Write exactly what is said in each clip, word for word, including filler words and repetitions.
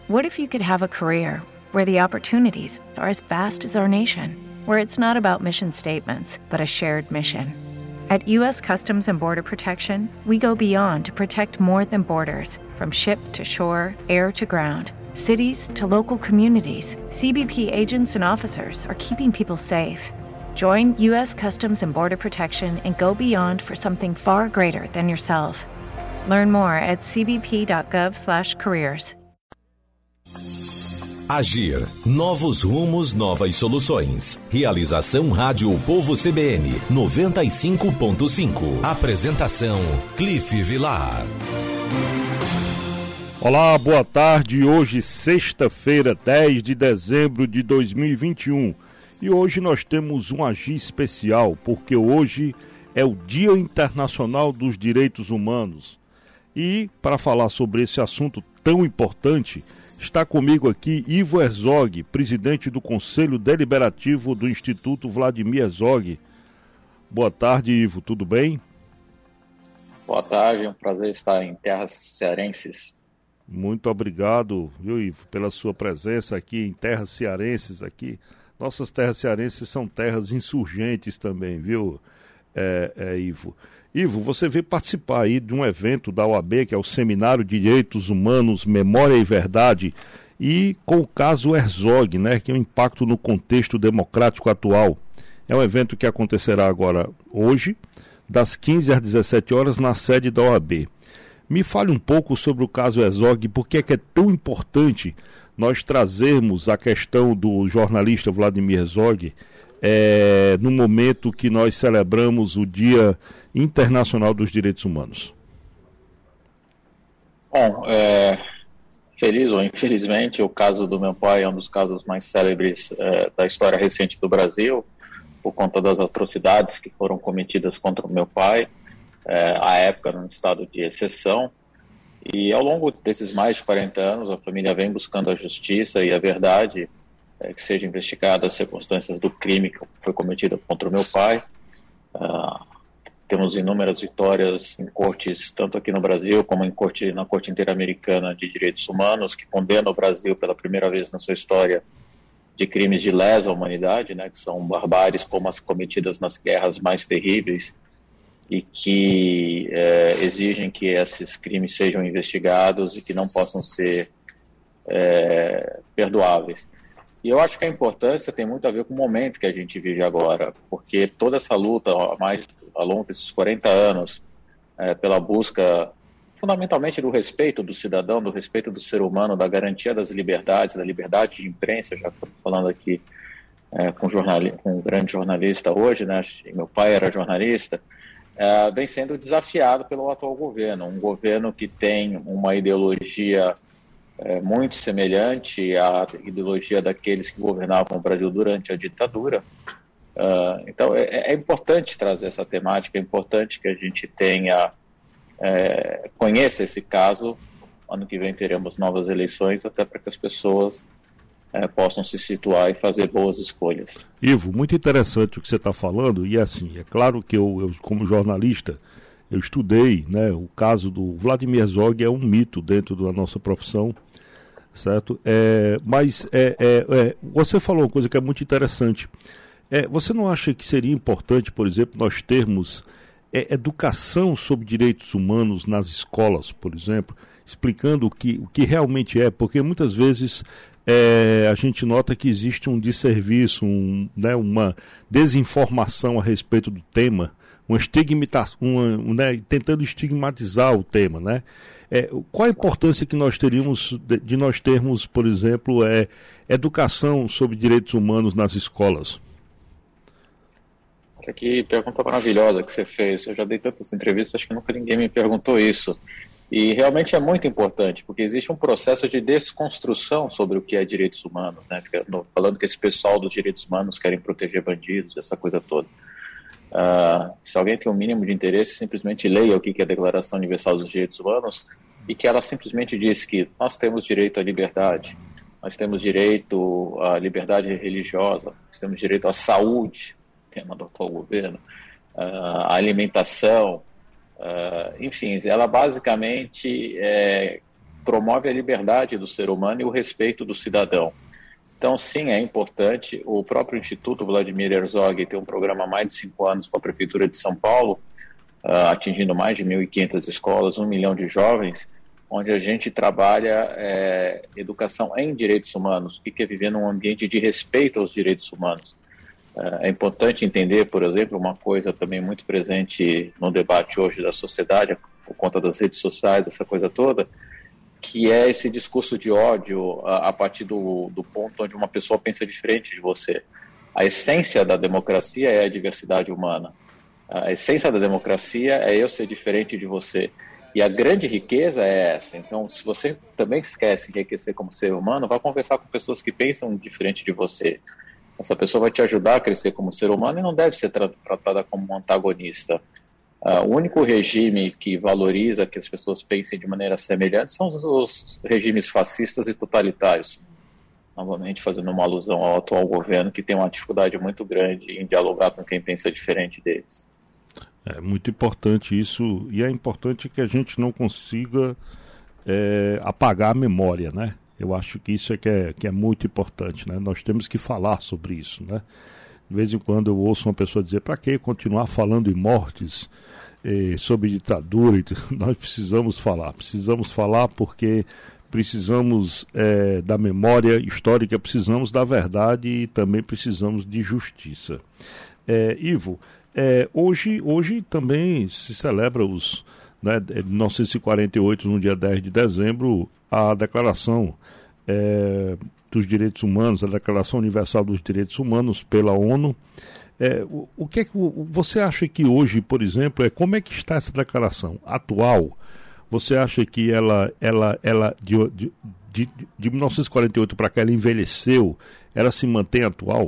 What if you could have a career where the opportunities are as vast as our nation, where it's not about mission statements, but a shared mission? At U S Customs and Border Protection, we go beyond to protect more than borders. From ship to shore, air to ground, cities to local communities, C B P agents and officers are keeping people safe. Join U S Customs and Border Protection and go beyond for something far greater than yourself. Learn more at c b p dot gov slash careers. Agir. Novos rumos, novas soluções. Realização Rádio Povo C B N noventa e cinco ponto cinco. Apresentação Cliff Vilar. Olá, boa tarde. Hoje, sexta-feira, dez de dezembro de dois mil e vinte e um. E hoje nós temos um Agir especial, porque hoje é o Dia Internacional dos Direitos Humanos. E, para falar sobre esse assunto tão importante, está comigo aqui Ivo Herzog, presidente do Conselho Deliberativo do Instituto Vladimir Herzog. Boa tarde, Ivo, tudo bem? Boa tarde, é um prazer estar em terras cearenses. Muito obrigado, viu, Ivo, pela sua presença aqui em terras cearenses. Aqui. Nossas terras cearenses são terras insurgentes também, viu, é, é, Ivo? Ivo, você veio participar aí de um evento da O A B, que é o Seminário de Direitos Humanos, Memória e Verdade, e com o caso Herzog, né, que é o impacto no contexto democrático atual. É um evento que acontecerá agora hoje, das quinze às dezessete horas, na sede da O A B. Me fale um pouco sobre o caso Herzog, por que é que é tão importante nós trazermos a questão do jornalista Vladimir Herzog é, no momento que nós celebramos o Dia Internacional dos Direitos Humanos. Bom, é, feliz ou infelizmente, o caso do meu pai é um dos casos mais célebres é, da história recente do Brasil, por conta das atrocidades que foram cometidas contra o meu pai, é, à época num estado de exceção. E ao longo desses mais de quarenta anos, a família vem buscando a justiça e a verdade, é, que seja investigada as circunstâncias do crime que foi cometido contra o meu pai. Uh, temos inúmeras vitórias em cortes, tanto aqui no Brasil como em corte, na Corte Interamericana de Direitos Humanos, que condena o Brasil pela primeira vez na sua história de crimes de lesa humanidade, né, que são barbáries como as cometidas nas guerras mais terríveis, e que é, exigem que esses crimes sejam investigados e que não possam ser é, perdoáveis. E eu acho que a importância tem muito a ver com o momento que a gente vive agora, porque toda essa luta, ao, mais, ao longo desses quarenta anos, é, pela busca fundamentalmente do respeito do cidadão, do respeito do ser humano, da garantia das liberdades, da liberdade de imprensa, já estou falando aqui é, com, jornali- com um grande jornalista hoje, né? Meu pai era jornalista, Uh, vem sendo desafiado pelo atual governo, um governo que tem uma ideologia uh, muito semelhante à ideologia daqueles que governavam o Brasil durante a ditadura. Uh, então é, é importante trazer essa temática, é importante que a gente tenha, uh, conheça esse caso. Ano que vem teremos novas eleições, até para que as pessoas É, possam se situar e fazer boas escolhas. Ivo, muito interessante o que você está falando, e assim, é claro que eu, eu, como jornalista, eu estudei, né, o caso do Vladimir Herzog é um mito dentro da nossa profissão, certo? É, mas é, é, é, você falou uma coisa que é muito interessante. É, você não acha que seria importante, por exemplo, nós termos é, educação sobre direitos humanos nas escolas, por exemplo, explicando o que, o que realmente é, porque muitas vezes É, a gente nota que existe um desserviço, um, né, uma desinformação a respeito do tema, uma estigmatização, uma, né, tentando estigmatizar o tema, né? É, qual a importância que nós teríamos de, de nós termos, por exemplo, é, educação sobre direitos humanos nas escolas? Que pergunta maravilhosa que você fez. Eu já dei tantas entrevistas, acho que nunca ninguém me perguntou isso. E realmente é muito importante, porque existe um processo de desconstrução sobre o que é direitos humanos, né? Falando que esse pessoal dos direitos humanos querem proteger bandidos, essa coisa toda. Uh, se alguém tem um mínimo de interesse, simplesmente leia o que é a Declaração Universal dos Direitos Humanos, e que ela simplesmente diz que nós temos direito à liberdade, nós temos direito à liberdade religiosa, nós temos direito à saúde, tema do atual governo, uh, à alimentação. Uh, enfim, ela basicamente é, promove a liberdade do ser humano e o respeito do cidadão. Então, sim, é importante. O próprio Instituto Vladimir Herzog tem um programa há mais de cinco anos com a Prefeitura de São Paulo, uh, atingindo mais de mil e quinhentas escolas, um milhão de jovens, onde a gente trabalha é, educação em direitos humanos, o que é viver num ambiente de respeito aos direitos humanos. É importante entender, por exemplo, uma coisa também muito presente no debate hoje da sociedade, por conta das redes sociais, essa coisa toda, que é esse discurso de ódio a, a partir do, do ponto onde uma pessoa pensa diferente de você. A essência da democracia é a diversidade humana. A essência da democracia é eu ser diferente de você. E a grande riqueza é essa. Então, se você também quer se enriquecer como ser humano, vá conversar com pessoas que pensam diferente de você. Essa pessoa vai te ajudar a crescer como ser humano e não deve ser tra- tratada como um antagonista. Uh, o único regime que valoriza que as pessoas pensem de maneira semelhante são os, os regimes fascistas e totalitários. Novamente fazendo uma alusão ao atual governo, que tem uma dificuldade muito grande em dialogar com quem pensa diferente deles. É muito importante isso, e é importante que a gente não consiga é, apagar a memória, né? Eu acho que isso é que, é que é muito importante, né? Nós temos que falar sobre isso, né? De vez em quando eu ouço uma pessoa dizer, para que continuar falando em mortes, eh, sobre ditadura? Nós precisamos falar, precisamos falar porque precisamos eh, da memória histórica, precisamos da verdade e também precisamos de justiça. Eh, Ivo, eh, hoje, hoje também se celebra os, né, de mil novecentos e quarenta e oito, no dia dez de dezembro, a Declaração eh, dos Direitos Humanos, a Declaração Universal dos Direitos Humanos pela ONU. É, o, o que é que você acha que hoje, por exemplo, é como é que está essa declaração atual? Você acha que ela, ela, ela de, de, de, de mil novecentos e quarenta e oito para cá, ela envelheceu, ela se mantém atual?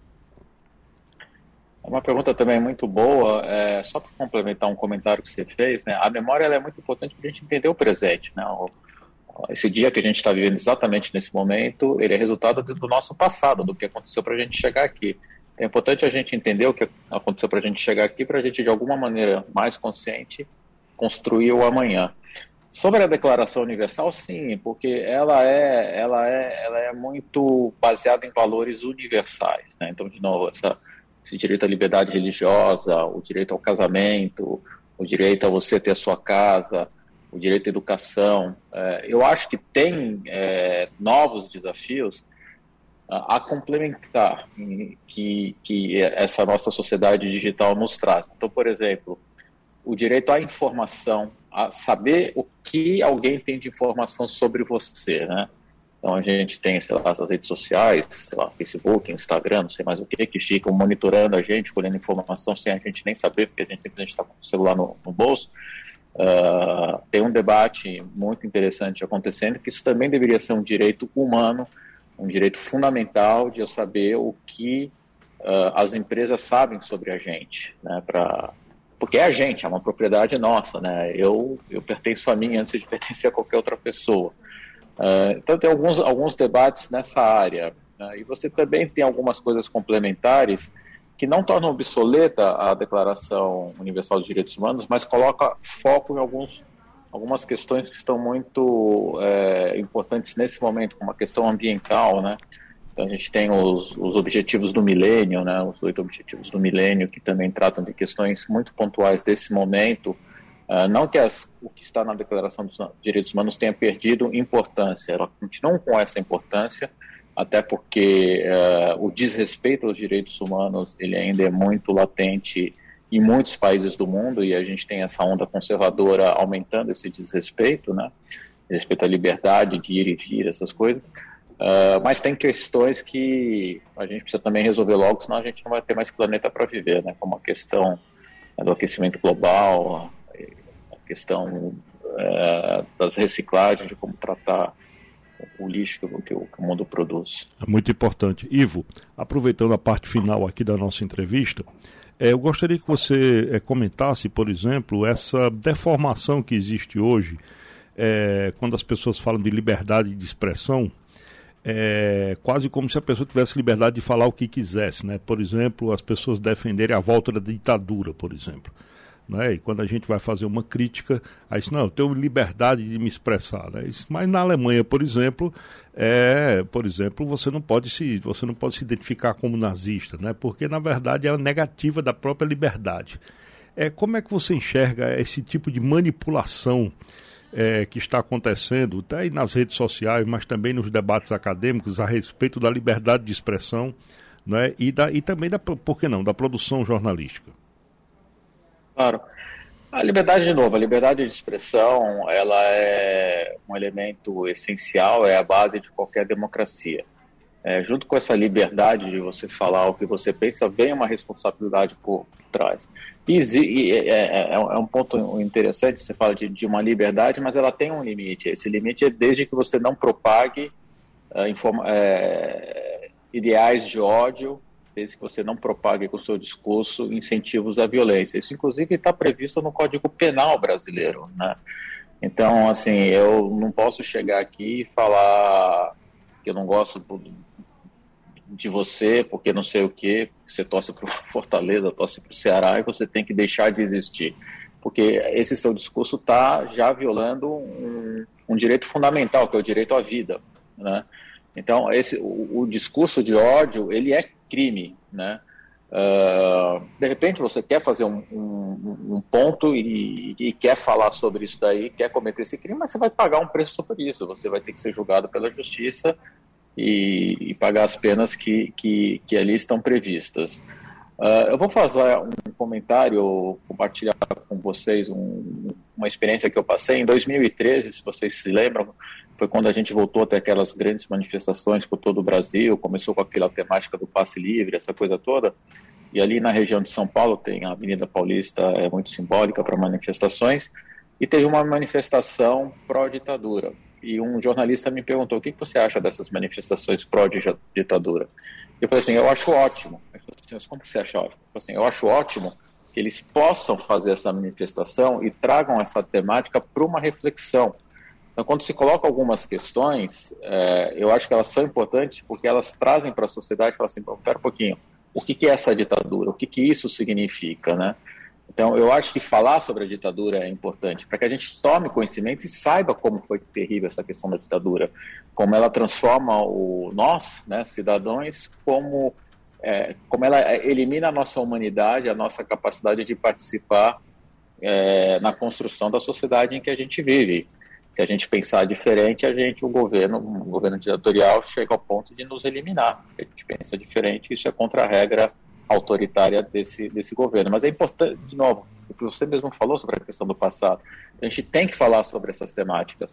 Uma pergunta também muito boa, é, só para complementar um comentário que você fez, né, a memória ela é muito importante para a gente entender o presente, né? O, esse dia que a gente está vivendo exatamente nesse momento, ele é resultado do nosso passado, do que aconteceu para a gente chegar aqui. É importante a gente entender o que aconteceu para a gente chegar aqui, para a gente, de alguma maneira mais consciente, construir o amanhã. Sobre a Declaração Universal, sim, porque ela é, ela é, ela é muito baseada em valores universais, né? Então, de novo, essa, esse direito à liberdade religiosa, o direito ao casamento, o direito a você ter a sua casa, o direito à educação. É, eu acho que tem é, novos desafios a, a complementar que, que essa nossa sociedade digital nos traz. Então, por exemplo, o direito à informação, a saber o que alguém tem de informação sobre você, né? Então, a gente tem, sei lá, as redes sociais, sei lá, Facebook, Instagram, não sei mais o que, que ficam monitorando a gente, colhendo informação sem a gente nem saber, porque a gente simplesmente está com o celular no, no bolso. Uh, tem um debate muito interessante acontecendo, que isso também deveria ser um direito humano, um direito fundamental de eu saber o que uh, as empresas sabem sobre a gente, né, pra, porque é a gente, é uma propriedade nossa, né, eu, eu pertenço a mim antes de pertencer a qualquer outra pessoa. Uh, então tem alguns, alguns debates nessa área, né, e você também tem algumas coisas complementares que não tornam obsoleta a Declaração Universal dos Direitos Humanos, mas coloca foco em alguns, algumas questões que estão muito é, importantes nesse momento, como a questão ambiental, né? Então a gente tem os, os objetivos do milênio, né? Os oito objetivos do milênio, que também tratam de questões muito pontuais desse momento. Uh, não que as, o que está na Declaração dos Direitos Humanos tenha perdido importância, ela continua com essa importância, até porque uh, o desrespeito aos direitos humanos ele ainda é muito latente em muitos países do mundo, e a gente tem essa onda conservadora aumentando esse desrespeito, né? Respeito à liberdade de ir e vir, essas coisas. Uh, mas tem questões que a gente precisa também resolver logo, senão a gente não vai ter mais planeta para viver, né? Como a questão uh, do aquecimento global, a questão uh, das reciclagens, de como tratar o lixo que o, que o mundo produz. É muito importante. Ivo, aproveitando a parte final aqui da nossa entrevista, é, eu gostaria que você é, comentasse, por exemplo, essa deformação que existe hoje, é, quando as pessoas falam de liberdade de expressão, é quase como se a pessoa tivesse liberdade de falar o que quisesse, né? Por exemplo, as pessoas defenderem a volta da ditadura, por exemplo. Né? E quando a gente vai fazer uma crítica, aí diz, não, eu tenho liberdade de me expressar. Né? Mas na Alemanha, por exemplo, é, por exemplo, você não pode se, você não pode se identificar como nazista, né? Porque na verdade é a negativa da própria liberdade. É, como é que você enxerga esse tipo de manipulação é, que está acontecendo, até aí nas redes sociais, mas também nos debates acadêmicos a respeito da liberdade de expressão, né? e, da, e também, da, por que não, da produção jornalística? Claro. A liberdade, de novo, a liberdade de expressão, ela é um elemento essencial, é a base de qualquer democracia. É, junto com essa liberdade de você falar o que você pensa, vem uma responsabilidade por trás. E, e é, é, é um ponto interessante, você fala de, de uma liberdade, mas ela tem um limite. Esse limite é desde que você não propague uh, informa, é, ideais de ódio, desde que você não propague com o seu discurso incentivos à violência. Isso, inclusive, está previsto no Código Penal brasileiro, né? Então, assim, eu não posso chegar aqui e falar que eu não gosto de você, porque não sei o quê, você torce para o Fortaleza, torce para o Ceará, e você tem que deixar de existir. Porque esse seu discurso está já violando um, um direito fundamental, que é o direito à vida, né? Então, esse, o, o discurso de ódio, ele é crime, né? Uh, de repente você quer fazer um, um, um ponto e, e quer falar sobre isso daí, quer cometer esse crime, mas você vai pagar um preço sobre isso, você vai ter que ser julgado pela justiça e, e pagar as penas que, que, que ali estão previstas. Uh, eu vou fazer um comentário, compartilhar com vocês um, uma experiência que eu passei em dois mil e treze, se vocês se lembram. Foi quando a gente voltou a ter aquelas grandes manifestações por todo o Brasil, começou com aquela temática do passe livre, essa coisa toda, e ali na região de São Paulo tem a Avenida Paulista, é muito simbólica para manifestações, e teve uma manifestação pró-ditadura, e um jornalista me perguntou, o que você acha dessas manifestações pró-ditadura? Eu falei assim, eu acho ótimo. Ele falou assim, mas como você acha ótimo? Eu falei assim, eu acho ótimo que eles possam fazer essa manifestação e tragam essa temática para uma reflexão. Então, quando se coloca algumas questões, é, eu acho que elas são importantes porque elas trazem para a sociedade e falam assim, espera um pouquinho, o que, que é essa ditadura? O que, que isso significa, né? Então, eu acho que falar sobre a ditadura é importante para que a gente tome conhecimento e saiba como foi terrível essa questão da ditadura, como ela transforma o nós, né, cidadãos, como, é, como ela elimina a nossa humanidade, a nossa capacidade de participar é, na construção da sociedade em que a gente vive. Se a gente pensar diferente, a gente, o governo, o governo ditatorial chega ao ponto de nos eliminar. A gente pensa diferente, isso é contra a regra autoritária desse, desse governo. Mas é importante, de novo, o que você mesmo falou sobre a questão do passado, a gente tem que falar sobre essas temáticas.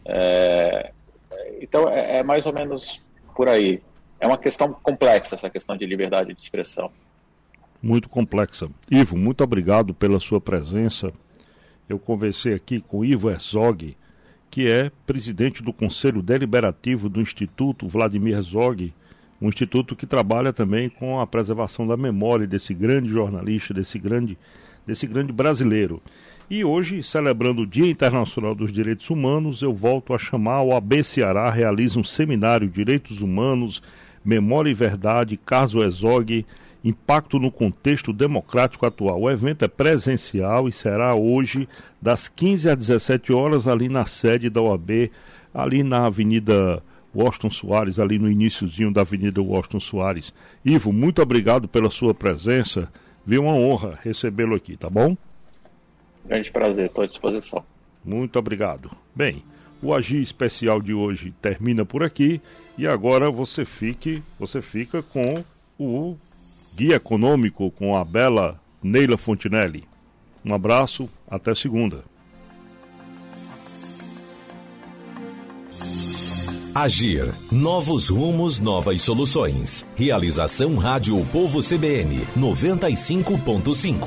É, então, é, é mais ou menos por aí. É uma questão complexa, essa questão de liberdade de expressão. Muito complexa. Ivo, muito obrigado pela sua presença. Eu conversei aqui com Ivo Herzog, que é presidente do Conselho Deliberativo do Instituto Vladimir Herzog, um instituto que trabalha também com a preservação da memória desse grande jornalista, desse grande, desse grande brasileiro. E hoje, celebrando o Dia Internacional dos Direitos Humanos, eu volto a chamar o A B Ceará, realiza um seminário Direitos Humanos, Memória e Verdade, caso Herzog, Impacto no Contexto Democrático Atual. O evento é presencial e será hoje das quinze às dezessete horas ali na sede da O A B, ali na Avenida Washington Soares, ali no iniciozinho da Avenida Washington Soares. Ivo, muito obrigado pela sua presença. Foi uma honra recebê-lo aqui, tá bom? Grande prazer, estou à disposição. Muito obrigado. Bem, o Agir Especial de hoje termina por aqui e agora você fique, você fica com o Guia Econômico com a bela Neila Fontinelli. Um abraço, até segunda. Agir. Novos rumos, novas soluções. Realização Rádio Povo C B N noventa e cinco ponto cinco.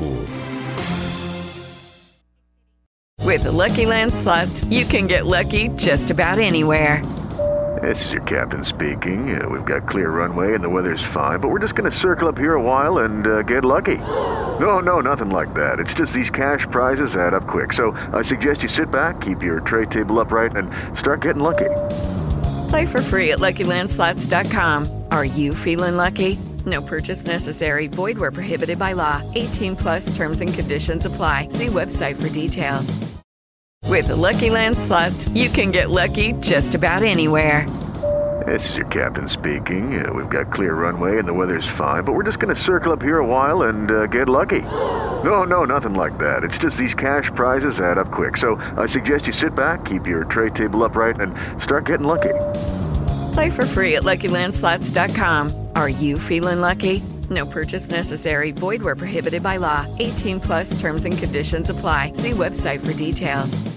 With the Lucky Land Slots, you can get lucky just about anywhere. This is your captain speaking. Uh, we've got clear runway and the weather's fine, but we're just going to circle up here a while and uh, get lucky. No, no, nothing like that. It's just these cash prizes add up quick. So I suggest you sit back, keep your tray table upright, and start getting lucky. Play for free at Lucky Land Slots dot com. Are you feeling lucky? No purchase necessary. Void where prohibited by law. eighteen plus terms and conditions apply. See website for details. With the Lucky Land Slots, you can get lucky just about anywhere. This is your captain speaking. Uh, we've got clear runway and the weather's fine, but we're just going to circle up here a while and uh, get lucky. No, no, nothing like that. It's just these cash prizes add up quick. So I suggest you sit back, keep your tray table upright, and start getting lucky. Play for free at Lucky Land Slots dot com. Are you feeling lucky? No purchase necessary. Void where prohibited by law. eighteen plus terms and conditions apply. See website for details.